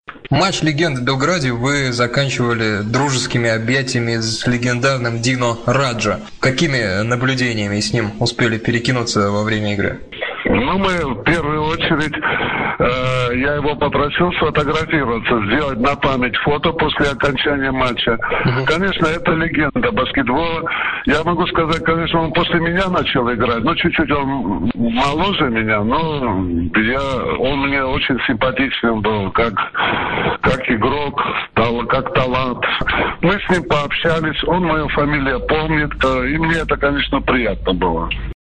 Матч легенды в Белграде вы заканчивали дружескими объятиями с легендарным Дино Раджа. Какими наблюдениями с ним успели перекинуться во время игры? Ну, мы в первую очередь, я его попросил сфотографироваться, сделать на память фото после окончания матча. Конечно, это легенда баскетбола. Я могу сказать, конечно, он после меня начал играть. Ну, чуть-чуть он моложе меня, но он мне очень симпатичным был, как игрок, как талант. Мы с ним пообщались, он мою фамилию помнит, и мне это, конечно, приятно было.